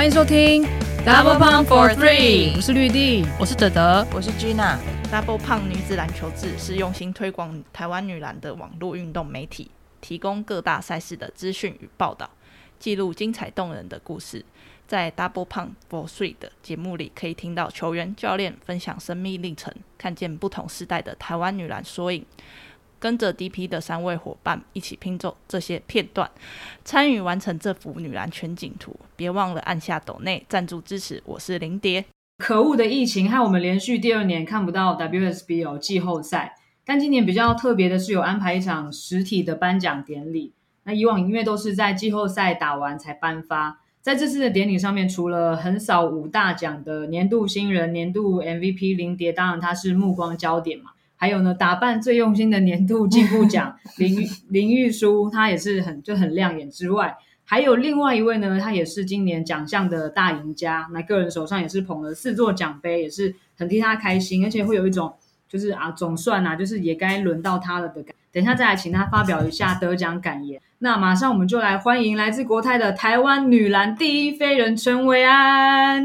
欢迎收听 Double Pump for Three， 我是绿地， 我是德德， 我是 Gina。Double Pump 女子篮球志是用心推广台湾女篮的网络运动媒体，提供各大赛事的资讯与报道，记录精彩动人的故事。在 Double Pump for Three 的节目里，可以听到球员、教练分享生命历程，看见不同世代的台湾女篮缩影。跟着 DP 的3位伙伴一起拼凑这些片段，参与完成这幅女篮全景图。别忘了按下抖内赞助支持，我是林蝶。 可恶的疫情害我们连续第2年看不到 WSBL 季后赛，但今年比较特别的是有安排一场实体的颁奖典礼。那以往因为都是在季后赛打完才颁发，在这次的典礼上面，除了横扫5大奖的年度新人、年度 MVP 林蝶，当然他是目光焦点嘛。还有呢，打扮最用心的年度进步奖林玉书，他也是很亮眼之外，还有另外一位呢，他也是今年奖项的大赢家，那个人手上也是捧了4座奖杯，也是很替他开心，而且会有一种就是总算就是也该轮到他了的感觉。等一下再来请他发表一下得奖感言。那马上我们就来欢迎来自国泰的台湾女篮第一飞人陈维安。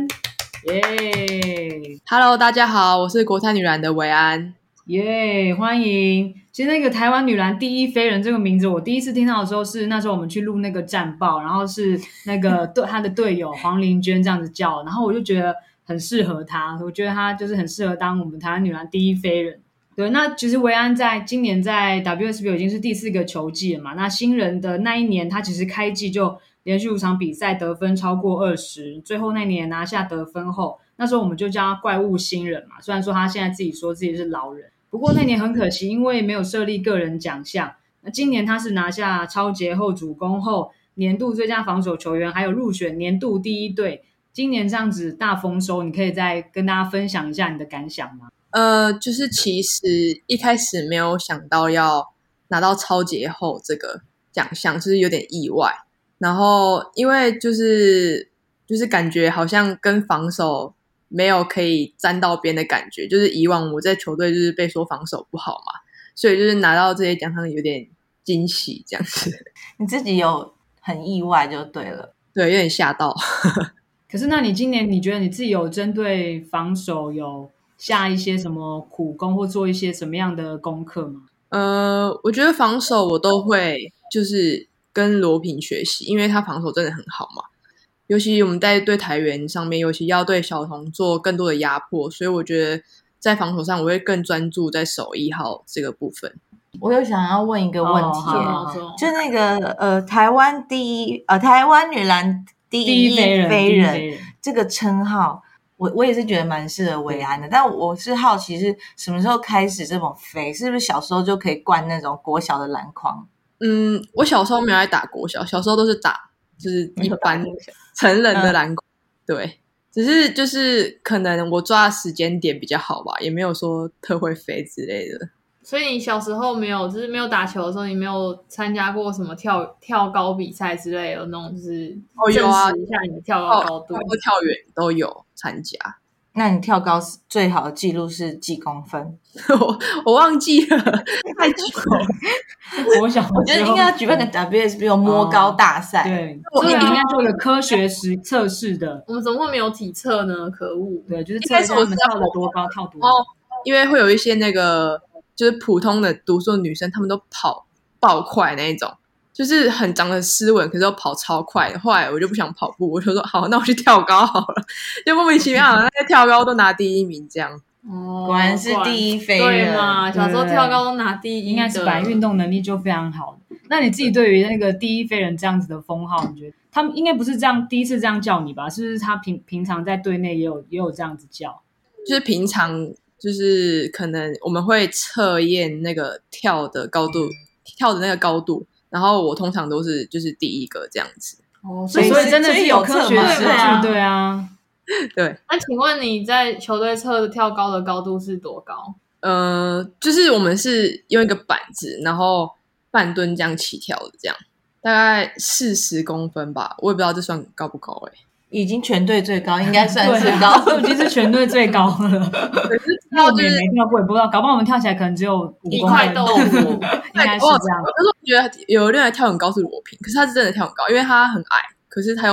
Hello， 大家好，我是国泰女篮的维安。 欢迎。其实那个台湾女篮第一飞人这个名字，我第一次听到的时候是那时候我们去录那个战报，然后是那个他的队友黄玲娟这样子叫，然后我就觉得很适合他，我觉得他就是很适合当我们台湾女篮第一飞人。对，那其实维安在今年在 WSBL 已经是第4个球季了嘛，那新人的那一年他其实开季就连续5场比赛得分超过20，最后那年拿下得分后，那时候我们就叫他怪物新人嘛，虽然说他现在自己说自己是老人，不过那年很可惜，因为没有设立个人奖项。那今年他是拿下超节后主攻后年度最佳防守球员，还有入选年度第1队。今年这样子大丰收，你可以再跟大家分享一下你的感想吗？ 就是其实一开始没有想到要拿到超节后这个奖项，就是有点意外。然后因为就是感觉好像跟防守没有可以沾到边的感觉，就是以往我在球队就是被说防守不好嘛，所以就是拿到这些奖项有点惊喜这样子。 你自己有很意外就对了。 对，有点吓到。 可是那你今年你觉得你自己有针对防守有下一些什么苦功或做一些什么样的功课吗？ 我觉得防守我都会就是跟罗平学习，因为他防守真的很好嘛。尤其我们在对台援上面，尤其要对小童做更多的压迫，所以我觉得在防守上我会更专注在守1号这个部分。 我有想要问一个问题就那个台湾女篮第一飞人这个称号，我也是觉得蛮适合维安的，但我是好奇是什么时候开始这种飞，是不是小时候就可以灌那种国小的篮筐？ 我小时候没有在打国小，小时候都是打就是一般成人的篮筐，对，只是就是可能我抓的时间点比较好吧，也没有说特会飞之类的。 所以你小时候没有，就是没有打球的时候，你没有参加过什么跳高比赛之类的那种，就是有啊， 证实一下你的跳高高度， 跳远都有参加。 那你跳高最好的记录是几公分？ 我忘记了，太久了。 我觉得应该要举办个 WSBL 摸高大赛。 对，这个应该做一个科学测试的。 我们怎么会没有体测呢？可恶！ 对，就是测一下他们跳得多高，跳多高。 因为会有一些那个就是普通的读书的女生，她们都跑爆快那一种，就是很长得斯文，可是又跑超快的。后来我就不想跑步，我就说好，那我去跳高好了。就莫名其妙，那些跳高都拿第1名这样。 果然是第一飞人。 对嘛，小时候跳高都拿第1， 应该是本来运动能力就非常好。那你自己对于那个第一飞人这样子的封号，你觉得他们应该不是这样第一次这样叫你吧？是不是他平常在队内也有这样子叫？ 就是平常就是可能我们会测验那个跳的那个高度，然后我通常都是就是第1个这样子。 所以真的是有科学实据。对啊。 对。 那请问你在球队测的跳高的高度是多高？ 就是我们是用一个板子，然后半蹲这样起跳的，这样大概40公分吧，我也不知道这算高不高已经全队最高，应该算是高， 都已经是全队最高了。因为我们也没跳过，也不知道，搞不好我们跳起来可能只有5公分， 豆腐， 应该是这样。 可是我觉得有人来跳很高是罗平，可是他是真的跳很高，因为他很矮，可是他又就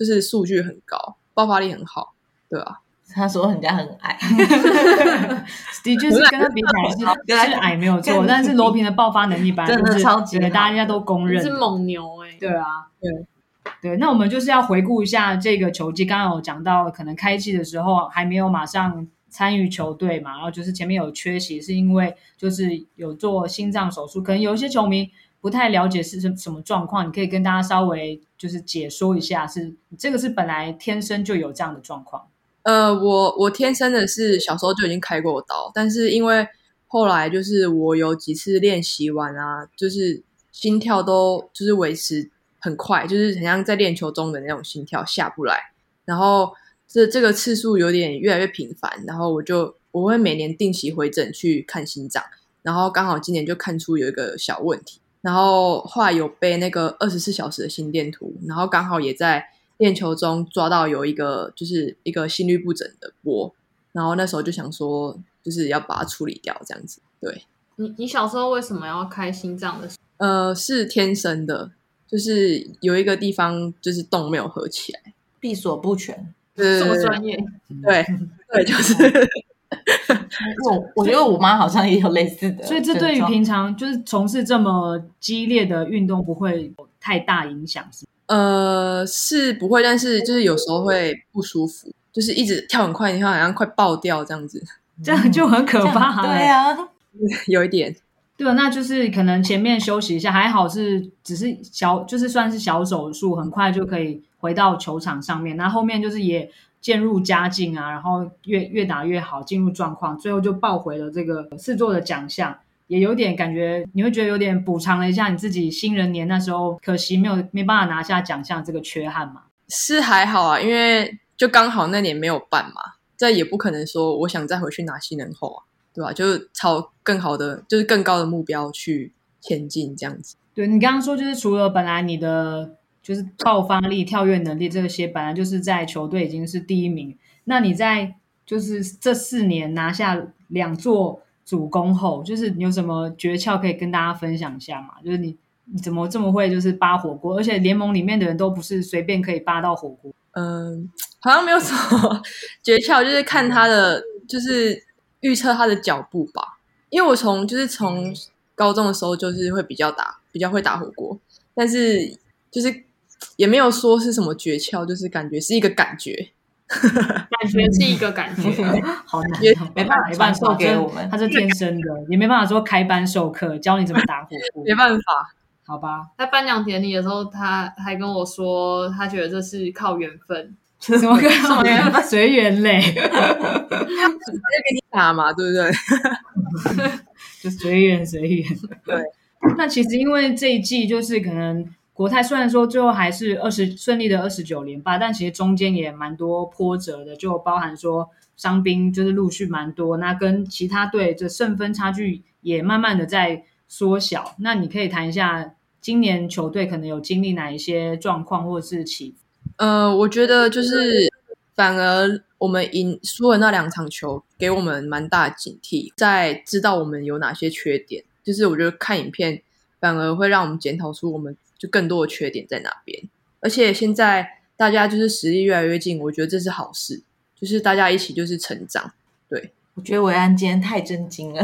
就是数据很高，爆发力很好，对啊。 他说人家很矮， 的确是跟他比起来是矮没有错，但是罗平的爆发能力本来就是真的超级好， 大家都公认是猛牛对啊，对，那我们就是要回顾一下这个球季，刚刚有讲到，可能开季的时候还没有马上参与球队嘛，然后就是前面有缺席，是因为就是有做心脏手术，可能有一些球迷不太了解是什么状况，你可以跟大家稍微就是解说一下，是这个是本来天生就有这样的状况。 我天生的是小时候就已经开过刀，但是因为后来就是我有几次练习完啊，就是心跳都就是维持很快，就是很像在练球中的那种心跳下不来，然后这个次数有点越来越频繁，然后我会每年定期回诊去看心脏，然后刚好今年就看出有一个小问题，然后后来有背那个24小时的心电图，然后刚好也在练球中抓到有一个就是一个心律不整的波，然后那时候就想说就是要把它处理掉这样子。对， 你小时候为什么要开心脏的？ 是天生的，就是有一个地方就是洞没有合起来， 闭锁不全。 这么专业？ 对，就是我觉得我妈好像也有类似的， 所以这对于平常就是从事这么激烈的运动不会有太大影响是吗？ 是不会，但是就是有时候会不舒服，就是一直跳很快，你看好像快爆掉这样子， 这样就很可怕。 对啊， 有一点。 对啊，那就是可能前面休息一下，还好是只是就是算是小手术，很快就可以回到球场上面。那后面就是也渐入佳境啊，然后越打越好，进入状况，最后就抱回了这个4座的奖项，也有点感觉你会觉得有点补偿了一下你自己新人年那时候可惜没办法拿下奖项这个缺憾嘛。 是还好啊，因为就刚好那年没有办嘛，这也不可能说我想再回去拿新人后啊，对吧？就是朝更好的就是更高的目标去前进这样子。 对，你刚刚说就是除了本来你的就是爆发力、跳跃能力这些本来就是在球队已经是第1名，那你在就是这4年拿下2座主攻后，就是你有什么诀窍可以跟大家分享一下吗？就是你怎么这么会就是扒火锅，而且联盟里面的人都不是随便可以扒到火锅。 好像没有什么诀窍，就是看他的就是预测他的脚步吧。因为我从高中的时候就是会比较会打火锅，但是就是也没有说是什么诀窍，就是感觉是一个感觉。 感觉是一个感觉， 好难， 没办法传授给我们， 他是天生的，也没办法说开班授课教你怎么打火锅， 没办法， 好吧。 在颁奖典礼的时候，他还跟我说，他觉得这是靠缘分， 什么缘分？随缘嘞，就给你打嘛，对不对？ 就随缘。 对， 那其实因为这一季就是可能。国泰虽然说最后还是顺利的29连霸，但其实中间也蛮多波折的，就包含说伤兵就是陆续蛮多，那跟其他队这胜分差距也慢慢的在缩小。那你可以谈一下今年球队可能有经历哪一些状况或者是起伏？ 我觉得就是反而我们输了那2场球，给我们蛮大的警惕，在知道我们有哪些缺点，就是我觉得看影片反而会让我们检讨出我们就更多的缺点在哪边，而且现在大家就是实力越来越近，我觉得这是好事，就是大家一起就是成长。对， 我觉得维安今天太震惊了，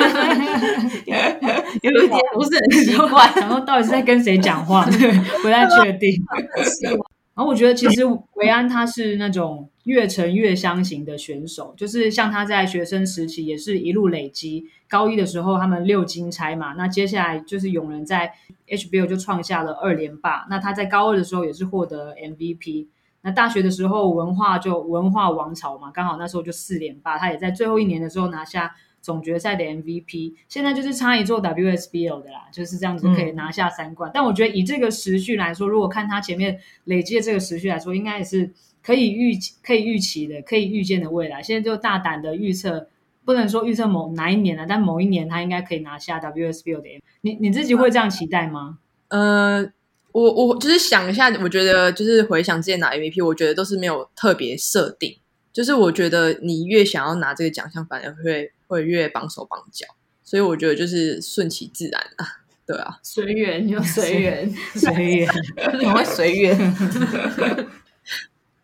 有一点不是很习惯， 然后到底是在跟谁讲话，不太确定。然后我觉得其实维安他是那种越沉越香型的选手，就是像他在学生时期也是一路累积，高1的时候他们6金钗嘛，那接下来就是勇人在 HBO 就创下了2连霸，那他在高2的时候也是获得 MVP， 那大学的时候文化王朝嘛，刚好那时候就4连霸，他也在最后1年的时候拿下总决赛的 MVP， 现在就是差一座 WSBL 的啦，就是这样子可以拿下3冠，但我觉得以这个时序来说，如果看他前面累积的这个时序来说，应该也是可以预期的，可以预见的未来。现在就大胆的预测，不能说预测哪一年但某一年他应该可以拿下 WSBL 的 MVP。你自己会这样期待吗？ 我就是想一下，我觉得就是回想之前拿 MVP， 我觉得都是没有特别设定，就是我觉得你越想要拿这个奖项，反而会越绑手绑脚，所以我觉得就是顺其自然啊，对啊， 随缘就随缘， 随缘， 很会随缘。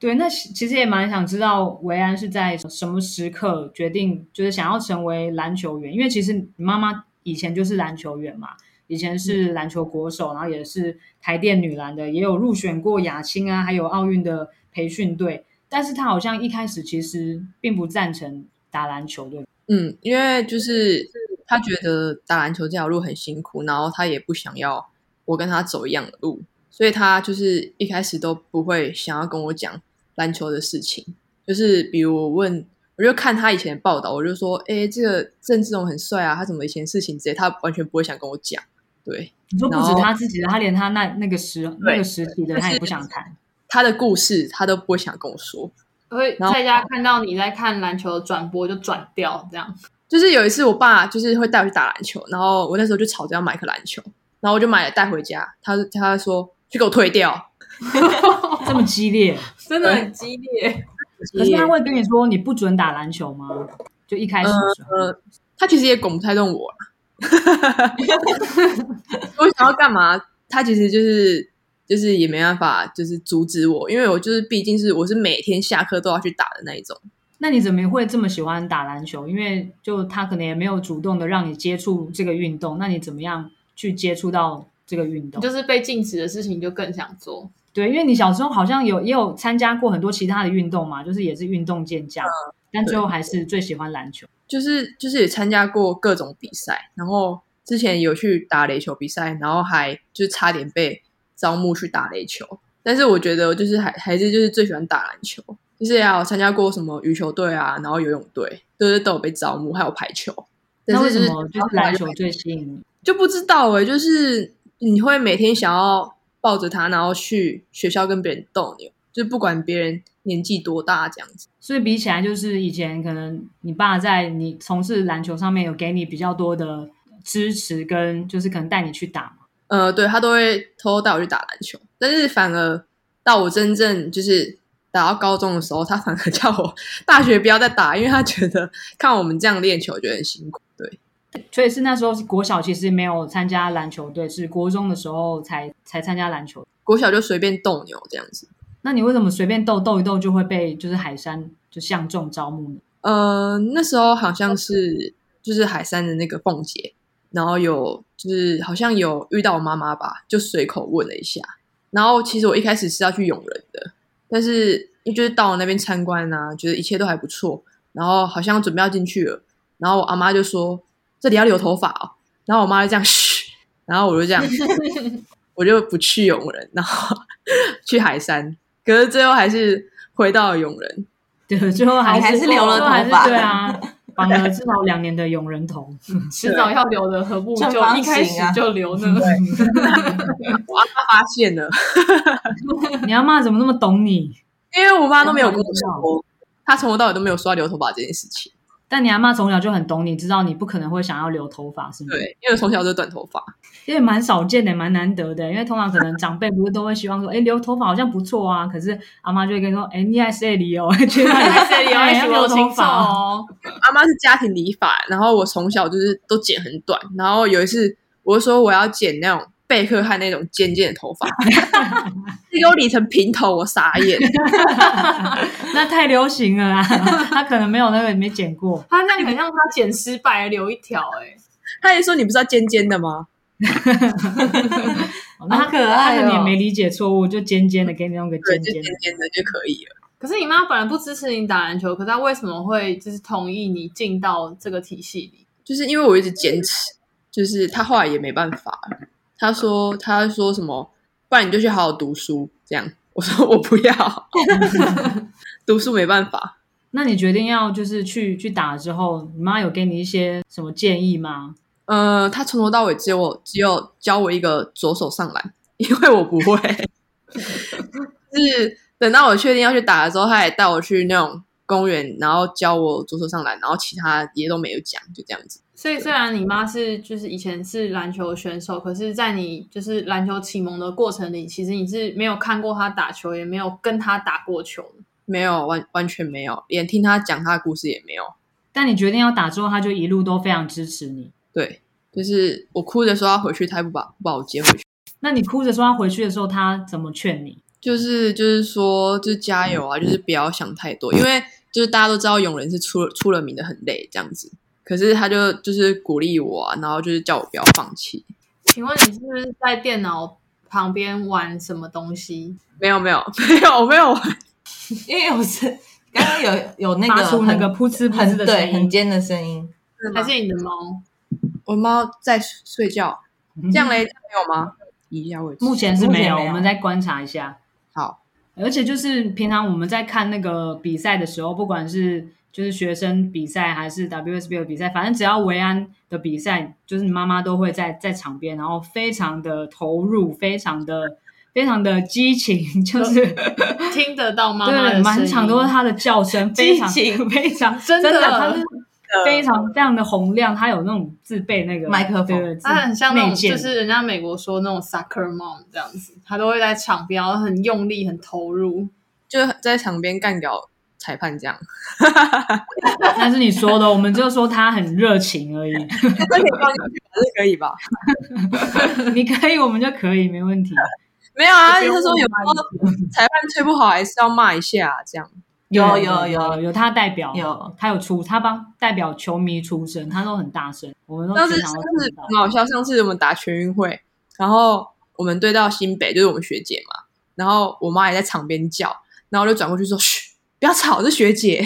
对，那其实也蛮想知道维安是在什么时刻决定就是想要成为篮球员，因为其实你妈妈以前就是篮球员嘛，以前是篮球国手，然后也是台电女篮的，也有入选过亚青啊，还有奥运的培训队，但是她好像一开始其实并不赞成打篮球，对吧？ 因为就是她觉得打篮球这条路很辛苦，然后她也不想要我跟她走一样的路，所以她就是一开始都不会想要跟我讲篮球的事情，就是比如我就看他以前的报道，我就说，这个郑志龙很帅啊，他怎么以前事情之类，他完全不会想跟我讲。对， 你说不止他自己的，他连他那个时期的他也不想谈， 他的故事他都不会想跟我说。 会在家看到你在看篮球的转播就转掉这样。 就是有一次我爸就是会带我去打篮球，然后我那时候就吵着要买颗篮球，然后我就买了带回家，他说去给我退掉。 这么激烈， 真的很激烈。 可是他会跟你说你不准打篮球吗？就一开始的时候， 他其实也拱不太动我啦。我想要干嘛，他其实就是也没办法，就是阻止我，因为我就是毕竟我是每天下课都要去打的那一种。 那你怎么会这么喜欢打篮球？因为就他可能也没有主动的让你接触这个运动，那你怎么样去接触到这个运动？ 就是被禁止的事情就更想做。 对，因为你小时候好像也有参加过很多其他的运动嘛，就是也是运动健将，但最后还是最喜欢篮球。 就是也参加过各种比赛，然后之前有去打垒球比赛，然后还就是差点被招募去打垒球，但是我觉得就是还是就是最喜欢打篮球，就是也有参加过什么羽球队啊，然后游泳队，就是都有被招募，还有排球。 那为什么就是篮球最吸引你？ 就不知道就是你会每天想要抱着他，然后去学校跟别人斗牛，就不管别人年纪多大这样子。 所以比起来，就是以前可能你爸在你从事篮球上面有给你比较多的支持，跟就是可能带你去打嘛。 对，他都会偷偷带我去打篮球，但是反而到我真正就是打到高中的时候，他反而叫我大学不要再打，因为他觉得看我们这样练球觉得很辛苦。对， 所以是那时候国小其实没有参加篮球队，是国中的时候才参加篮球。 国小就随便斗牛这样子。 那你为什么随便斗一斗就会被就是海山就相中招募呢？ 那时候好像是就是海山的那个凤姐，然后就是好像有遇到我妈妈吧，就随口问了一下。然后其实我一开始是要去永仁的，但是就是到了那边参观啊，觉得一切都还不错，然后好像准备要进去了，然后我阿妈就说这里要留头发哦，然后我妈就这样嘘，然后我就这样我就不去永仁，然后去海山，可是最后还是回到了永仁。 对，最后还是留了头发。 对啊，绑了至少2年的永仁头， 迟早要留的，何不就一开始就留呢？ 我阿妈发现了。 你阿妈怎么那么懂你？ 因为我妈都没有跟我说，她从头到尾都没有说要留头发这件事情。 但你阿妈从小就很懂你，知道你不可能会想要留头发，是吗？ 对，因为我从小就是短头发， 因为蛮少见的，蛮难得的。因为通常可能长辈不是都会希望说，留头发好像不错啊，可是阿妈就会跟你说，你爱谁理哦，觉得你爱谁理哦，要留头发哦。 阿妈是家庭理发，然后我从小就是都剪很短，然后有一次我就说我要剪那种贝克汉那种尖尖的头发，你给我理成平头，我傻眼。 那太流行了啦，他可能没有那个没剪过， 他那个很像他剪失败留一条他也说你不是要尖尖的吗？ 好可爱哦，他可能也没理解错误，就尖尖的给你弄个尖尖的， 就尖尖的就可以了。 可是你妈本来不支持你打篮球，可是她为什么会就是同意你进到这个体系里？ 就是因为我一直坚持，就是他后来也没办法，他说什么，不然你就去好好读书这样。我说我不要，读书没办法。 那你决定要就是去打之后，你妈有给你一些什么建议吗？ 他从头到尾只有教我一个左手上篮，因为我不会。就是等到我确定要去打的时候，他也带我去那种公园，然后教我左手上篮，然后其他也都没有讲，就这样子。 所以虽然你妈是就是以前是篮球选手，可是在你就是篮球启蒙的过程里，其实你是没有看过她打球，也没有跟她打过球的。 没有，完全没有，连听她讲她的故事也没有。 但你决定要打之后，她就一路都非常支持你。 对，就是我哭着说要回去，她不把我接回去。 那你哭着说要回去的时候，她怎么劝你？ 就是说，就是加油啊，就是不要想太多，因为就是大家都知道永仁是出了名的很累这样子，可是他就是鼓励我啊，然后就是叫我不要放弃。 请问你是不是在电脑旁边玩什么东西？ 没有，我没有玩， 因为我是刚刚有那个发出那个噗呲噗呲的声音， 对，很尖的声音。 还是你的猫？ 我猫在睡觉，这样嘞，这样没有吗？移一下位置。 目前是没有， 目前没有我们再观察一下。 好， 而且就是平常我们在看那个比赛的时候，不管是就是学生比赛还是 WSBL 的比赛，反正只要维安的比赛，就是你妈妈都会在场边，然后非常的投入，非常的激情，就是听得到妈妈的声音， 对，满场都是她的叫声，非常真的，她是非常的洪亮，她有那种自备那个麦克风， 她很像那种就是人家美国说那种 soccer mom 这样子，她都会在场边，然后很用力、很投入， 就在场边干掉裁判这样。 那是你说的，我们就说她很热情而已。 这可以放进去还是可以吧？ 你可以，我们就可以，没问题。 没有啊，他说有时候裁判吹不好还是要骂一下这样。 有他代表， 他他帮代表球迷出声，他都很大声，我们都上次很好笑。上次我们打全运会，然后我们对到新北，就是我们学姐嘛，然后我妈也在场边叫，然后我就转过去说：“嘘，不要吵，是学姐。”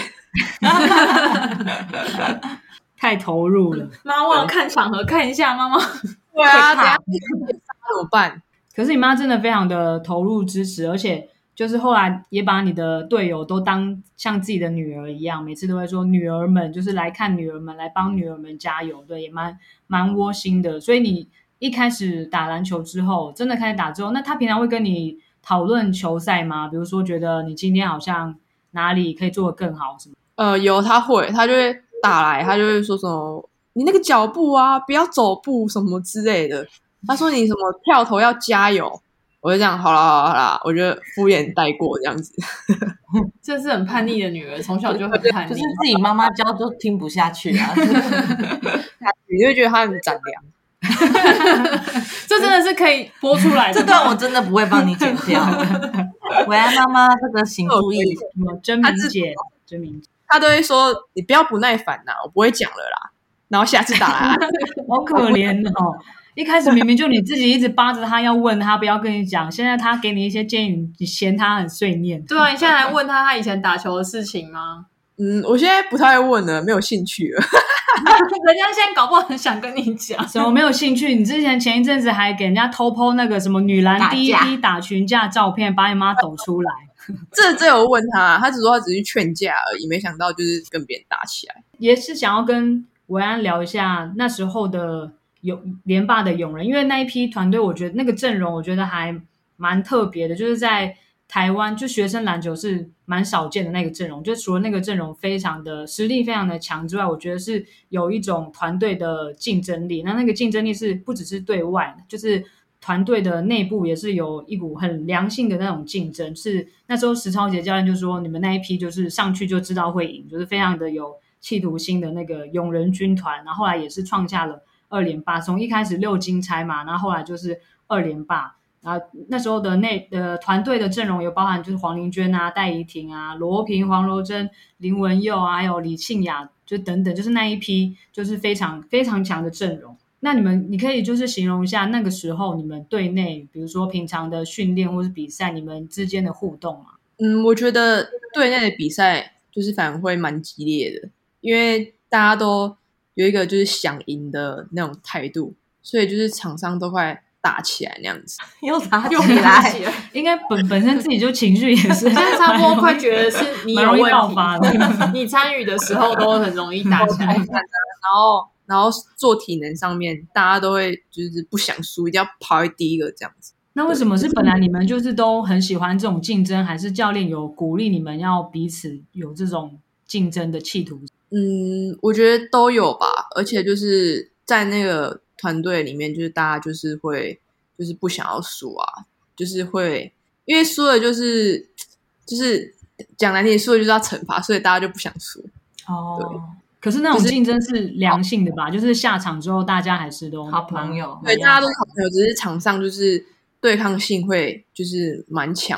太投入了， 妈，我要看场合，看一下妈妈。 对啊，等一下怎么办？ 可是你妈真的非常的投入支持，而且就是后来也把你的队友都当像自己的女儿一样，每次都会说女儿们就是来看女儿们，来帮女儿们加油，对，也蛮窝心的。所以你一开始打篮球之后，真的开始打之后，那他平常会跟你讨论球赛吗？比如说觉得你今天好像哪里可以做得更好什么？ 有，他就会打来，他就会说什么你那个脚步啊，不要走步什么之类的。他说你什么跳投要加油，我就这样好啦，我就敷衍带过这样子。 这是很叛逆的女儿，从小就很叛逆， 就是自己妈妈教都听不下去啊。 你就会觉得她很斩凉。 这真的是可以播出来的。 这段我真的不会帮你剪掉。维安妈妈这个请注意， 真名姐，真名姐， 她都会说你不要不耐烦啦，我不会讲了啦，然后下次打来。 好可怜哦。一开始明明就你自己一直扒着他要问他，不要跟你讲，现在他给你一些建议，你嫌他很碎念。 对啊，你现在来问他以前打球的事情吗？ 我现在不太会问了，没有兴趣了。 人家现在搞不好很想跟你讲。 什么没有兴趣？你之前前一阵子还给人家偷 po 那个什么女篮第一批打群架照片，把你妈抖出来。 这有问他，他只说他只是劝架而已，没想到就是跟别人打起来。 也是想要跟维安聊一下那时候的联霸的勇人，因为那一批团队，我觉得那个阵容，我觉得还蛮特别的，就是在台湾就学生篮球是蛮少见的那个阵容，就除了那个阵容非常的实力非常的强之外，我觉得是有一种团队的竞争力。那个竞争力是不只是对外，就是团队的内部也是有一股很良性的那种竞争。是那时候石超杰教练就说，你们那一批就是上去就知道会赢，就是非常的有企图心的那个勇人军团，然后后来也是创下了2连霸，从一开始6金钗嘛，然后后来就是2连霸。然后那时候的团队的阵容有包含就是黄玲娟啊、戴怡婷啊、罗平、黄柔珍、林文佑啊，还有李庆雅，就等等，就是那一批就是非常非常强的阵容。那你可以就是形容一下那个时候你们队内，比如说平常的训练或是比赛，你们之间的互动吗？ 我觉得队内的比赛就是反而会蛮激烈的，因为大家都有一个就是想赢的那种态度，所以就是场上都快打起来那样子。 又打起来， 应该本身自己就情绪也是， 现在差不多快觉得是你有问题爆发的。 你参与的时候都很容易打起来， 然后做体能上面，大家都会就是不想输，一定要跑在第一个这样子。 那为什么是本来你们就是都很喜欢这种竞争，还是教练有鼓励你们要彼此有这种竞争的企图？ 我觉得都有吧，而且就是在那个团队里面，就是大家就是会就是不想要输啊，就是会因为输了就是讲难听，输了就是要惩罚，所以大家就不想输。 对。可是那种竞争是良性的吧？就是下场之后大家还是都好朋友， 对，大家都是好朋友，只是场上就是对抗性会就是蛮强的。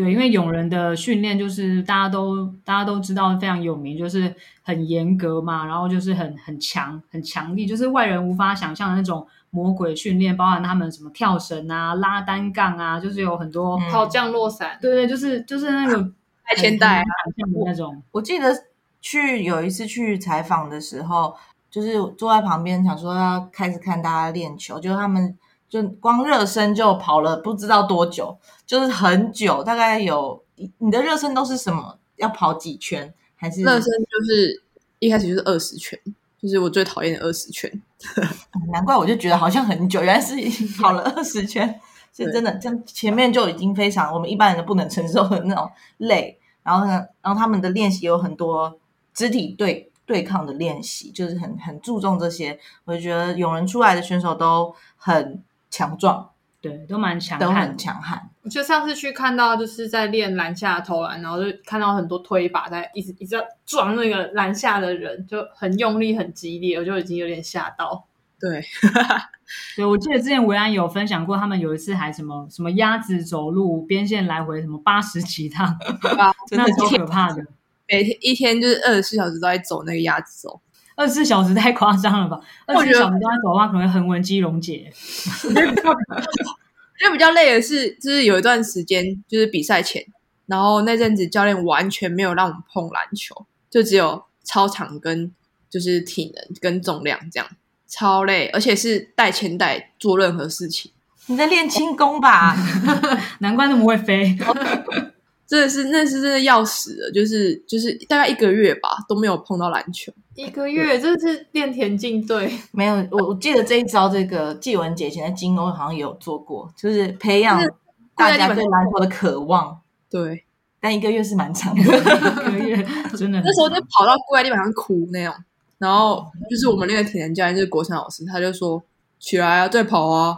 对，因为永仁的训练就是大家都知道非常有名，就是很严格嘛，然后就是很强很强力，就是外人无法想象的那种魔鬼训练，包含他们什么跳绳啊、拉单杠啊，就是有很多跑降落伞， 对，就是那个带铅带啊想象的那种。 我记得有一次去采访的时候，就是坐在旁边想说要开始看大家练球，就他们就光热身就跑了不知道多久，就是很久，大概有你的热身都是什么？要跑几圈？还是热身就是一开始就是20圈，就是我最讨厌的20圈。 难怪我就觉得好像很久，原来是跑了20圈，是真的，这样前面就已经非常我们一般人都不能承受的那种累。然后呢，他们的练习有很多肢体对抗的练习，就是很注重这些。我就觉得永仁出来的选手都很强壮， 对，都蛮强悍， 都很强悍。 我就上次去看到就是在练篮下投篮，然后就看到很多推把在一直要撞那个篮下的人，就很用力很激烈，我就已经有点吓到。 对， 对，我记得之前维安有分享过，他们有一次还什么鸭子走路边线来回什么80几趟，那超可怕的。 每天一天就是24小时都在走那个鸭子走。 24小时太夸张了吧？24小时都在走的话，可能会横纹肌溶解。 我觉得比较累的是，就是有一段时间就是比赛前，然后那阵子教练完全没有让我们碰篮球，就只有操场跟就是体能跟重量这样。超累，而且是带铅带做任何事情。 你在练轻功吧？ 难怪那么会飞。 那是真的要死了，就是大概1个月吧都没有碰到篮球。 1个月，这是练田径队。 没有，我记得这一招，这个纪文姐以前在金欧好像也有做过，就是培养大家对篮球的渴望。 对， 但1个月是蛮长的 ，1个月真的。 那时候就跑到跪在地板上哭那种。然后就是我们那个体能教练就是国成老师，他就说起来啊，再跑啊。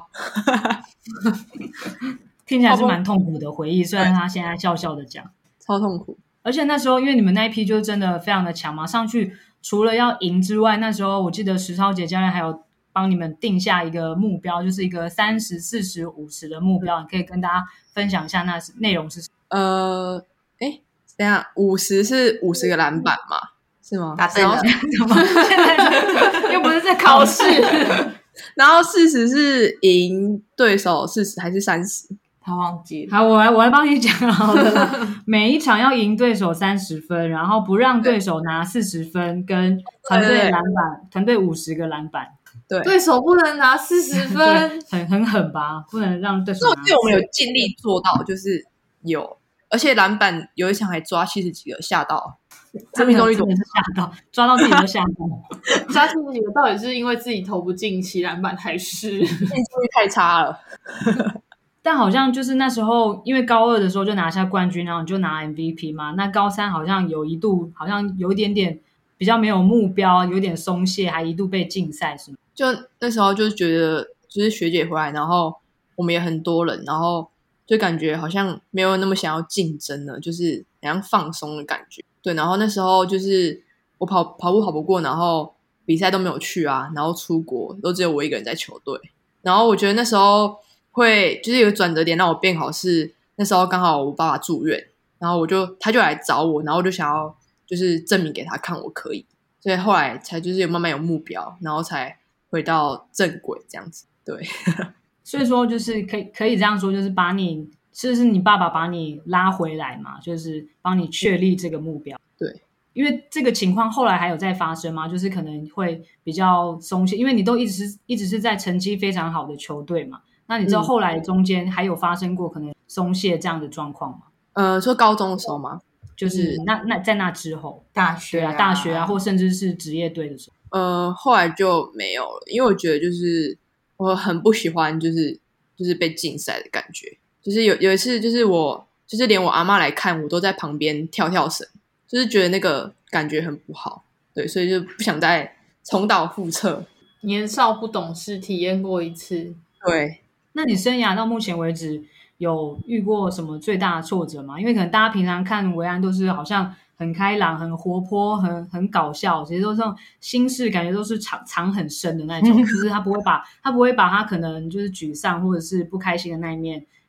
听起来是蛮痛苦的回忆，虽然他现在笑笑的讲， 超痛苦。 而且那时候因为你们那一批就真的非常的强嘛，上去除了要赢之外，那时候我记得石超杰教练还有帮你们定下一个目标，就是一个30、40、50的目标，你可以跟大家分享一下那内容是什么？ 等一下，50是50个篮板嘛？是吗？ 答对了， 又不是在考试。 然后40是赢对手40还是30？ 他忘记了。 好，我来帮你讲好了啦。每一场要赢对手30分，然后不让对手拿40分，跟团队篮板，团队50个篮板。 对手不能拿40分， 很狠吧？不能让对手拿。 我记得我们有尽力做到，就是有，而且篮板有一场还抓70几个，吓到。 这命中率真的是吓到，抓到自己都吓到。 抓70几个到底是因为自己投不进起篮板，还是命中率太差了？ 但好像就是那时候，因为高2的时候就拿下冠军，然后你就拿 MVP 嘛。那高3好像有一度，好像有一点点比较没有目标，有点松懈，还一度被禁赛，是吗？ 就那时候就觉得，就是学姐回来，然后我们也很多人，然后就感觉好像没有那么想要竞争了，就是好像放松的感觉。对，然后那时候就是我跑步跑不过，然后比赛都没有去啊，然后出国都只有我一个人在球队。然后我觉得那时候会就是有个转折点让我变好，是那时候刚好我爸爸住院，然后他就来找我，然后我就想要就是证明给他看我可以，所以后来才就是慢慢有目标，然后才回到正轨这样子。对， 所以说就是可以这样说，就是把你是你爸爸把你拉回来嘛，就是帮你确立这个目标。 对， 因为这个情况后来还有再发生吗？就是可能会比较松懈，因为你都一直是在成绩非常好的球队嘛。那你知道后来中间还有发生过可能松懈这样的状况吗？ 说高中的时候吗？ 就是那在那之后， 大学啊，或甚至是职业队的时候， 后来就没有了，因为我觉得就是我很不喜欢就是被禁赛的感觉。就是有一次，就是我就是连我阿嬷来看，我都在旁边跳绳，就是觉得那个感觉很不好，对，所以就不想再重蹈覆辙。 年少不懂事，体验过一次。 对， 那你生涯到目前为止有遇过什么最大的挫折吗？因为可能大家平常看维安都是好像很开朗、很活泼、很搞笑，其实都是这种心事，感觉都是藏很深的那种，就是他不会把他可能就是沮丧或者是不开心的那一面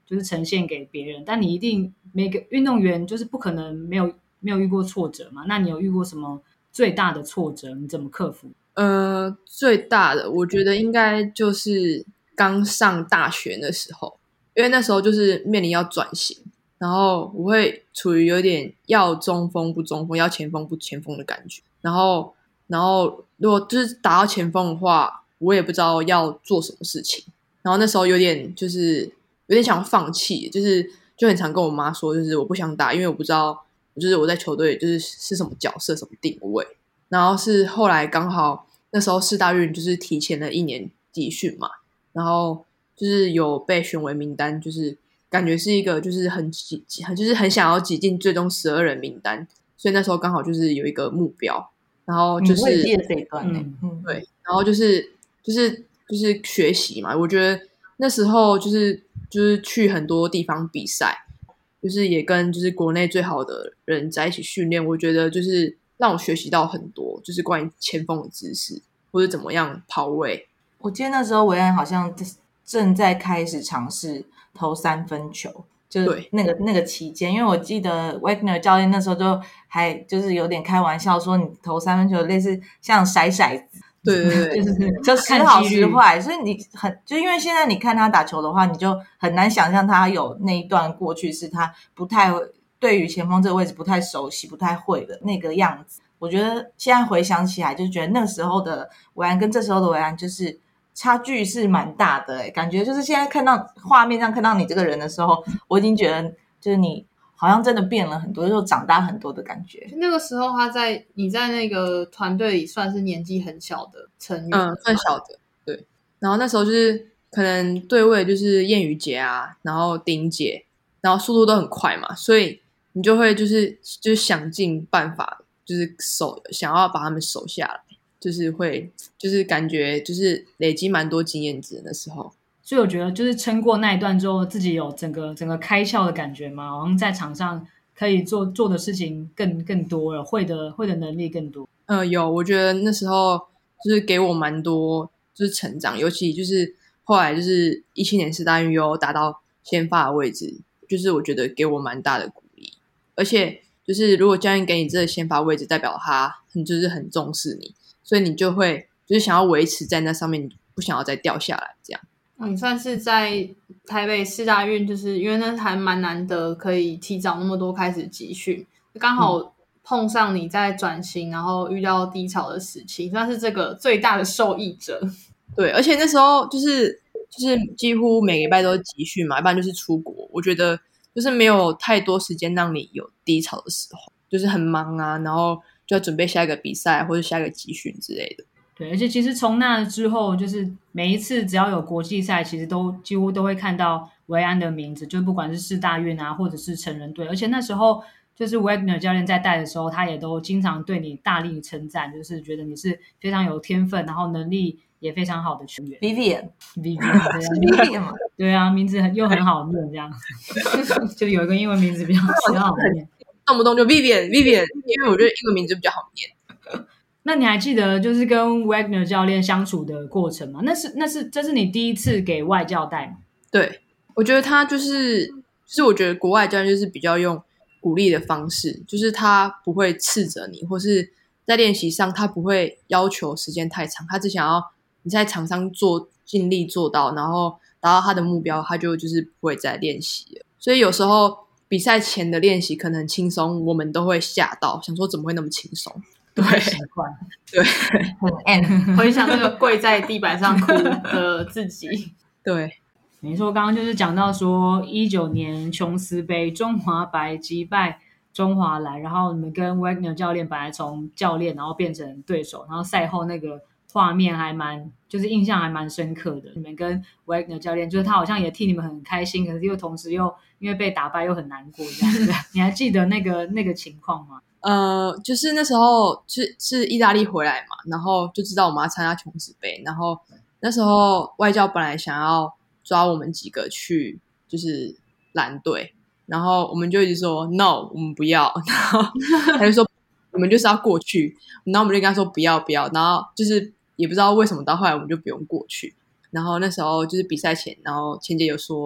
就是呈现给别人，但你一定每个运动员就是不可能没有遇过挫折嘛？那你有遇过什么最大的挫折？你怎么克服？ 最大的我觉得应该就是刚上大学的时候，因为那时候就是面临要转型，然后我会处于有点要中锋不中锋，要前锋不前锋的感觉。然后如果就是打到前锋的话，我也不知道要做什么事情。然后那时候有点想放弃，就很常跟我妈说，就是我不想打，因为我不知道就是我在球队是什么角色什么定位。然后是后来刚好那时候世大运就是提前了1年集训嘛，然后就是有被选为名单，就是感觉是一个就是很想要挤进最终12人名单，所以那时候刚好就是有一个目标，然后就是我也记得这一段对，然后就是学习嘛，我觉得那时候就是去很多地方比赛，就是也跟就是国内最好的人在一起训练，我觉得就是让我学习到很多，就是关于前锋的知识或者怎么样跑位。 我记得那时候维安好像正在开始尝试投3分球，就是那个期间，因为我记得 Wagner 教练那时候就还就是有点开玩笑说，你投3分球类似像骰骰子。 对， 就时好时坏，所以你就因为现在你看他打球的话，你就很难想象他有那一段过去是他不太对于前锋这个位置不太熟悉、不太会的那个样子。我觉得现在回想起来，就觉得那时候的维安跟这时候的维安就是差距是蛮大的感觉就是现在看到画面上看到你这个人的时候，我已经觉得就是你好像真的变了很多，就长大很多的感觉。 那个时候你在那个团队里算是年纪很小的成员， 算小的，对。然后那时候就是可能对位就是燕瑜姐啊，然后丁姐，然后速度都很快嘛，所以你就会就是想尽办法，就是想要把他们守下来，就是会就是感觉就是累积蛮多经验值的那时候。 所以我觉得就是撑过那一段之后，自己有整个开窍的感觉嘛，好像在场上可以做的事情更多了，会的能力更多。 有，我觉得那时候就是给我蛮多就是成长，尤其就是后来就是17年世大运有打到先发的位置，就是我觉得给我蛮大的鼓励。而且就是如果教练给你这个先发位置，代表他就是很重视你，所以你就会就是想要维持在那上面，你不想要再掉下来这样。 你算是在台北世大运，就是因为那还蛮难得可以提早那么多开始集训，刚好碰上你在转型然后遇到低潮的时期，算是这个最大的受益者。 对，而且那时候就是几乎每个礼拜都集训嘛，一般就是出国，我觉得就是没有太多时间让你有低潮的时候，就是很忙啊，然后就要准备下一个比赛或者下一个集训之类的。 对，而且其实从那之后，就是每一次只要有国际赛，其实几乎都会看到维安的名字，就不管是世大运啊，或者是成人队。而且那时候就是 Wagner 教练在带的时候，他也都经常对你大力称赞，就是觉得你是非常有天分，然后能力也非常好的球员。 Vivian 嘛，对啊，名字又很好念，这样就有一个英文名字比较好念， 动不动就 Vivian， 因为我觉得英文名字比较好念。 那你还记得就是跟 Wagner 教练相处的过程吗？这是你第一次给外教带吗？ 对，我觉得他就是我觉得国外教练就是比较用鼓励的方式，就是他不会斥责你，或是在练习上他不会要求时间太长，他只想要你在场上尽力做到，然后达到他的目标，他就是不会再练习了。所以有时候比赛前的练习可能很轻松，我们都会吓到，想说怎么会那么轻松。对，对， 很回想那个跪在地板上哭的自己。 对，没错，刚刚就是讲到说19年琼斯杯中华白击败中华蓝，然后你们跟 Wagner 教练本来从教练然后变成对手，然后赛后那个画面就是印象还蛮深刻的。你们跟 Wagner 教练，就是他好像也替你们很开心，可是又同时又因为被打败又很难过这样子。你还记得那个情况吗？ 就是那时候是意大利回来嘛，然后就知道我们要参加琼斯杯，然后那时候外教本来想要抓我们几个去就是蓝队，然后我们就一直说 no 我们不要，然后他就说我们就是要过去，然后我们就跟他说不要，然后就是也不知道为什么到后来我们就不用过去，然后那时候就是比赛前，然后千姐有说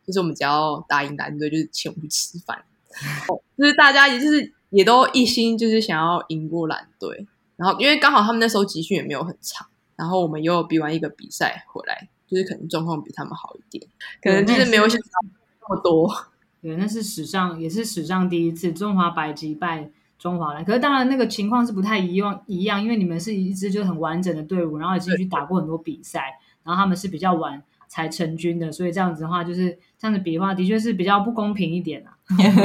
就是我们只要打赢蓝队，就是请我们去吃饭，就是大家也都一心就是想要赢过蓝队。然后因为刚好他们那时候集训也没有很长，然后我们又比完一个比赛回来，就是可能状况比他们好一点，可能就是没有想到那么多。 对，那是也是史上第一次中华白击败中华蓝。可是当然那个情况是不太一样，因为你们是一支就很完整的队伍，然后已经去打过很多比赛，然后他们是比较晚才成军的，所以这样子的话，就是这样子比的话，的确是比较不公平一点啊。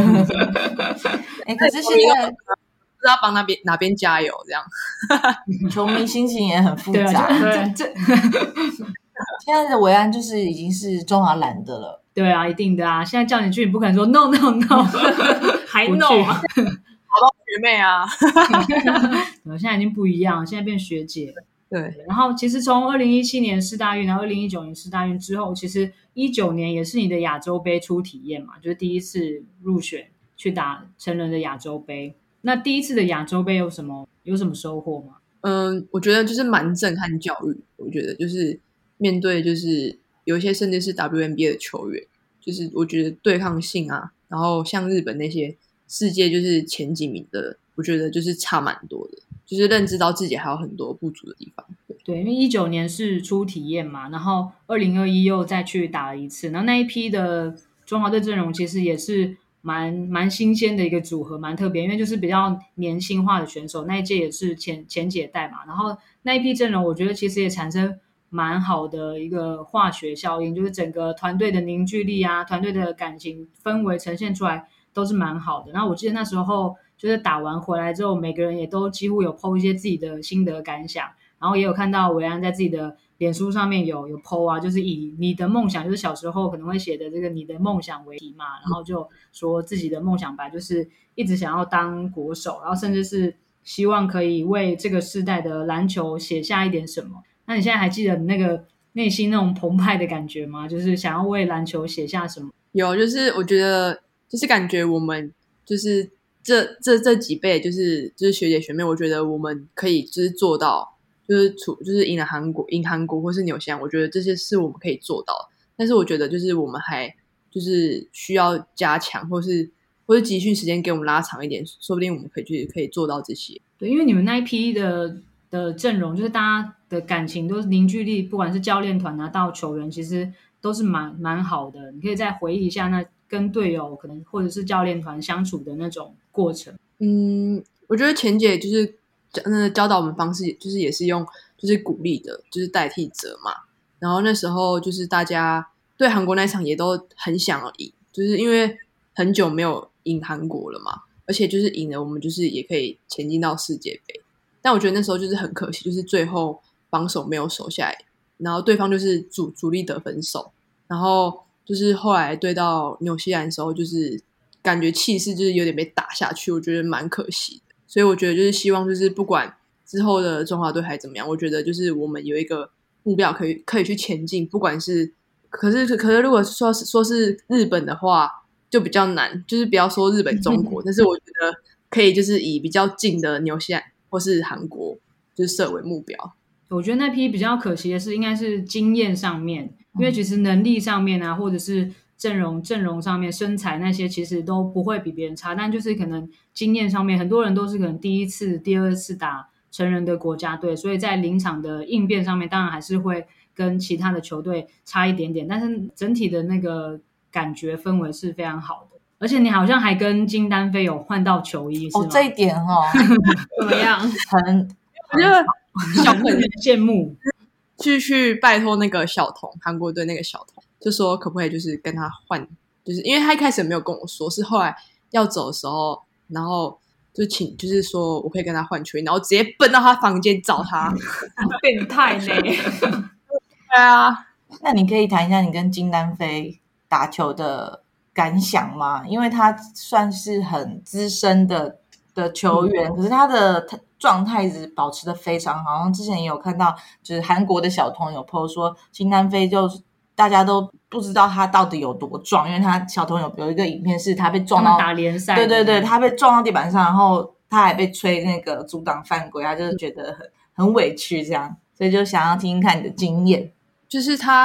可是现在不知道帮哪边加油，这样球迷心情也很复杂。 对， 现在的维安就是已经是中华蓝的了。 对啊，一定的啊！现在叫你去，你不可能说 no， 还 no 啊， 好多学妹啊。 现在已经不一样，现在变学姐。 对， 然后其实从2017年世大运，然后2019年世大运之后，其实19年也是你的亚洲杯初体验嘛，就是第一次入选去打成人的亚洲杯。那第一次的亚洲杯有什么收获吗？ 我觉得就是蛮震撼教育。我觉得就是面对就是有一些甚至是 WNBA 的球员，就是我觉得对抗性啊，然后像日本那些世界就是前几名的，我觉得就是差蛮多的，就是认知到自己还有很多不足的地方。 对，因为19年是初体验嘛，然后2021又再去打了一次，然后那一批的中华队阵容其实也是蛮新鲜的一个组合，蛮特别，因为就是比较年轻化的选手，那一届也是前几代嘛，然后那一批阵容我觉得其实也产生蛮好的一个化学效应，就是整个团队的凝聚力啊，团队的感情氛围呈现出来都是蛮好的。然后我记得那时候就是打完回来之后，每个人也都几乎有 po 一些自己的心得感想，然后也有看到维安在自己的脸书上面有 po 啊，就是以你的梦想，就是小时候可能会写的这个你的梦想为题嘛，然后就说自己的梦想吧，就是一直想要当国手，然后甚至是希望可以为这个世代的篮球写下一点什么。那你现在还记得你那个内心那种澎湃的感觉吗？就是想要为篮球写下什么？ 有，就是我觉得就是感觉我们就是这几辈就是学姐学妹，我觉得我们可以就是做到，就是赢韩国或是纽西兰，我觉得这些是我们可以做到的。但是我觉得就是我们还就是需要加强，或是集训时间给我们拉长一点，说不定我们可以做到这些。 对，因为你们那一批的阵容，就是大家的感情都是凝聚力，不管是教练团啊到球员，其实都是蛮好的。你可以再回忆一下那跟队友可能或者是教练团相处的那种过程。 我觉得钱姐就是教导我们方式，就是也是用就是鼓励的，就是代替责骂。然后那时候就是大家对韩国那场也都很想要赢，就是因为很久没有赢韩国了嘛，而且就是赢了，我们就是也可以前进到世界杯。但我觉得那时候就是很可惜，就是最后防守没有守下来，然后对方就是主力得分手，然后就是后来对到纽西兰的时候，就是感觉气势就是有点被打下去，我觉得蛮可惜的。所以我觉得就是希望就是不管之后的中华队还怎么样，我觉得就是我们有一个目标可以去前进，不管是可是如果说是日本的话就比较难，就是不要说日本中国但是我觉得可以就是以比较近的纽西兰或是韩国就是设为目标。 我觉得那批比较可惜的是应该是经验上面，因为其实能力上面啊或者是阵容上面身材那些其实都不会比别人差，但就是可能经验上面很多人都是可能第一次第二次打成人的国家队，所以在临场的应变上面当然还是会跟其他的球队差一点点，但是整体的那个感觉氛围是非常好的。而且你好像还跟金丹飞有换到球衣是吗？ 这一点怎么样？ 我觉得小朋友羡慕， 去拜托那个小童，韩国队那个小童，就说可不可以就是跟他换，就是因为他一开始没有跟我说，是后来要走的时候，然后就是说我可以跟他换球衣，然后直接奔到他房间找他， 变态呢？ 对啊， 那你可以谈一下你跟金丹飞打球的感想吗？因为他算是很资深的球员，可是他的状态一直保持的非常好。像之前也有看到，就是韩国的小童有 po 说金丹飞就是大家都不知道他到底有多壮，因为他小童有一个影片是他被撞到打联赛， 对，他被撞到地板上，然后他还被吹那个阻挡犯规，他就是觉得很委屈这样，所以就想要听听看你的经验。 就是他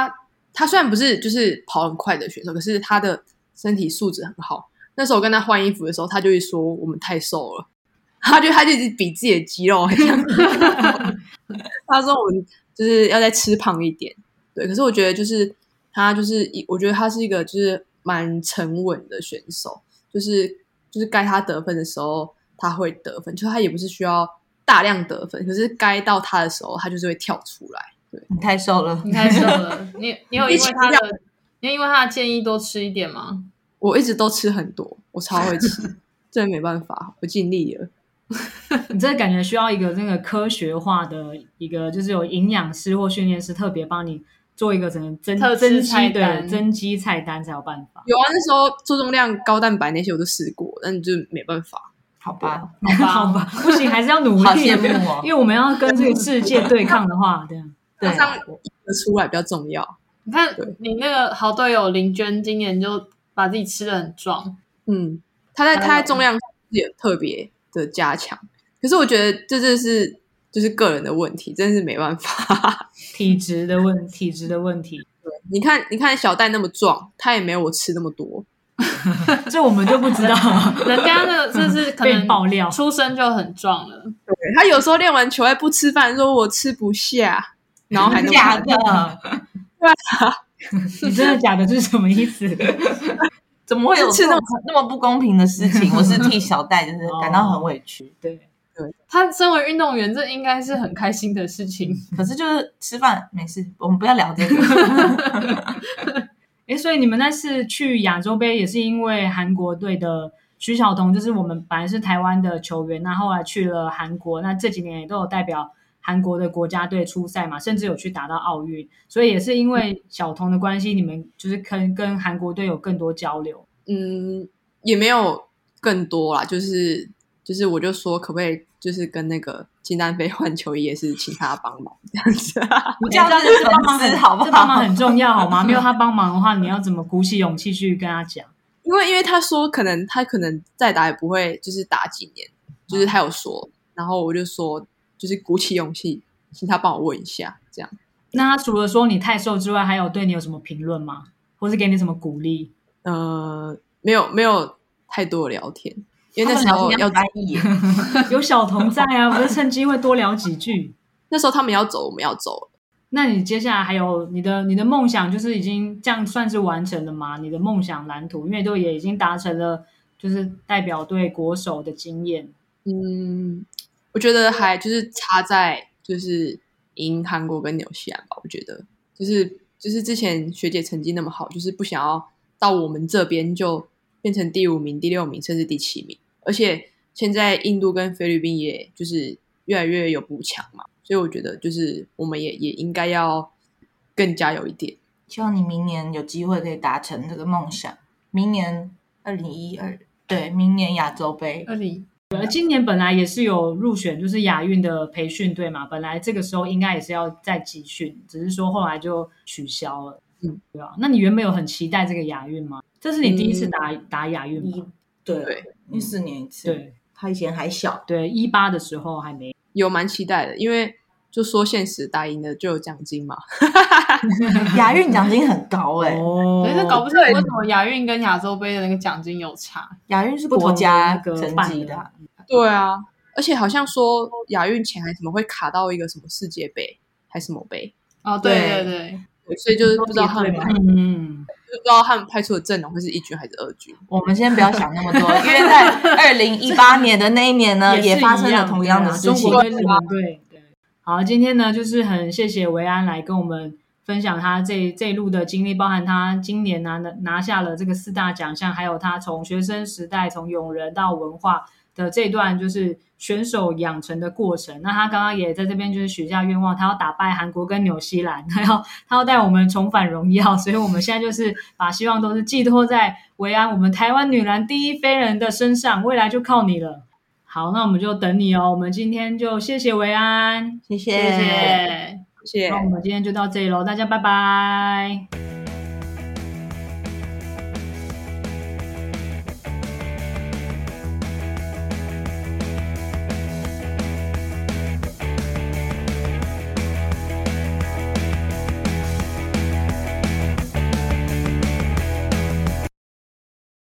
他虽然不是就是跑很快的选手，可是他的身体素质很好。那时候我跟他换衣服的时候，他就会说我们太瘦了，他就一直比自己的肌肉很像他说我们就是要再吃胖一点。对，可是我觉得就是他就是我觉得他是一个就是蛮沉稳的选手，就是该他得分的时候他会得分，就是他也不是需要大量得分，可是该到他的时候他就是会跳出来。对， 你太瘦了， 你太瘦了。你有因为他的建议多吃一点吗？ 我一直都吃很多，我超会吃真的没办法，我尽力了。 你这感觉需要一个那个科学化的一个，就是有营养师或训练师特别帮你做一个整个增肌菜单才有办法。 有啊，那时候做重量、高蛋白那些我都试过，但就没办法。 好吧， 好吧，不行，还是要努力。 好羡慕哦， 因为我们要跟这个世界对抗的话，对， 马上出来比较重要。 你看，你那个好队友林娟今年就把自己吃得很壮。 他在重量也特别的加强，可是我觉得这就是个人的问题，真的是没办法。 体质的问题。 对，你看小戴那么壮，他也没有我吃那么多。 这我们就不知道， 人家这是可能爆料， 出生就很壮了。 对，他有时候练完球还不吃饭，说我吃不下，然后还能假的。 对啊， 你真的假的？这是什么意思？ 怎么会有那么不公平的事情？我是替小戴就是感到很委屈。 对， 他身为运动员，这应该是很开心的事情。 可是就是吃饭没事，我们不要聊这个。 所以你们那次去亚洲杯也是因为韩国队的徐晓彤，就是我们本来是台湾的球员，那后来去了韩国，那这几年也都有代表韩国的国家队出赛嘛，甚至有去打到奥运，所以也是因为晓彤的关系，你们就是跟韩国队有更多交流。 也没有更多啦，就是我就说可不可以就是跟那个金丹飞换球衣也是请他帮忙这样子。 你这样子帮忙好不好？ 这帮忙很重要好吗？没有他帮忙的话，你要怎么鼓起勇气去跟他讲？ 因为他说他可能再打也不会就是打几年，就是他有说，然后我就说就是鼓起勇气请他帮我问一下这样。 那他除了说你太瘦之外，还有对你有什么评论吗？或是给你什么鼓励？ 没有太多的聊天，因为那时候要翻译有小童在啊，不是趁机会多聊几句。 那时候他们要走，我们要走了。 那你接下来还有你的梦想，就是已经这样算是完成了吗？你的梦想蓝图，因为都也已经达成了，就是代表队国手的经验。 我觉得还就是差在就是赢韩国跟纽西兰吧。我觉得就是之前学姐成绩那么好，就是不想要到我们这边就变成第5名、第6名，甚至第7名。而且现在印度跟菲律宾也就是越来越有补强嘛，所以我觉得就是我们也应该要更加油一点。 希望你明年有机会可以达成这个梦想。明年2012，对，明年亚洲杯。 今年本来也是有入选，就是亚运的培训队嘛，本来这个时候应该也是要再集训，只是说后来就取消了。对啊，那你原本有很期待这个亚运吗？这是你第一次打亚运吗？ 对，14年一次。 对， 他以前还小。 对，18的时候还没有，蛮期待的，因为就说现实打赢了就有奖金嘛。 亚运奖金很高可是搞不清楚为什么亚运跟亚洲杯的那个奖金有差。 亚运是国家层级的。 对啊，而且好像说亚运前还怎么会卡到一个什么世界杯还是什么杯？ 对， 所以就是不知道他们不知道他们派出的阵容会是1军还是2军。 我们先不要想那么多，因为在2018年的那一年呢，也发生了同样的事情。 中国队、日本队。好，今天呢，就是很谢谢维安来跟我们分享他这一路的经历，包含他今年拿下了这个4大奖项，还有他从学生时代从永仁到文化的这段就是选手养成的过程。那他刚刚也在这边就是许下愿望，他要打败韩国跟纽西兰，他要带我们重返荣耀。所以我们现在就是把希望都是寄托在维安我们台湾女篮第一飞人的身上，未来就靠你了。好，那我们就等你哦。我们今天就谢谢维安， 谢谢。 那我们今天就到这里咯，大家拜拜。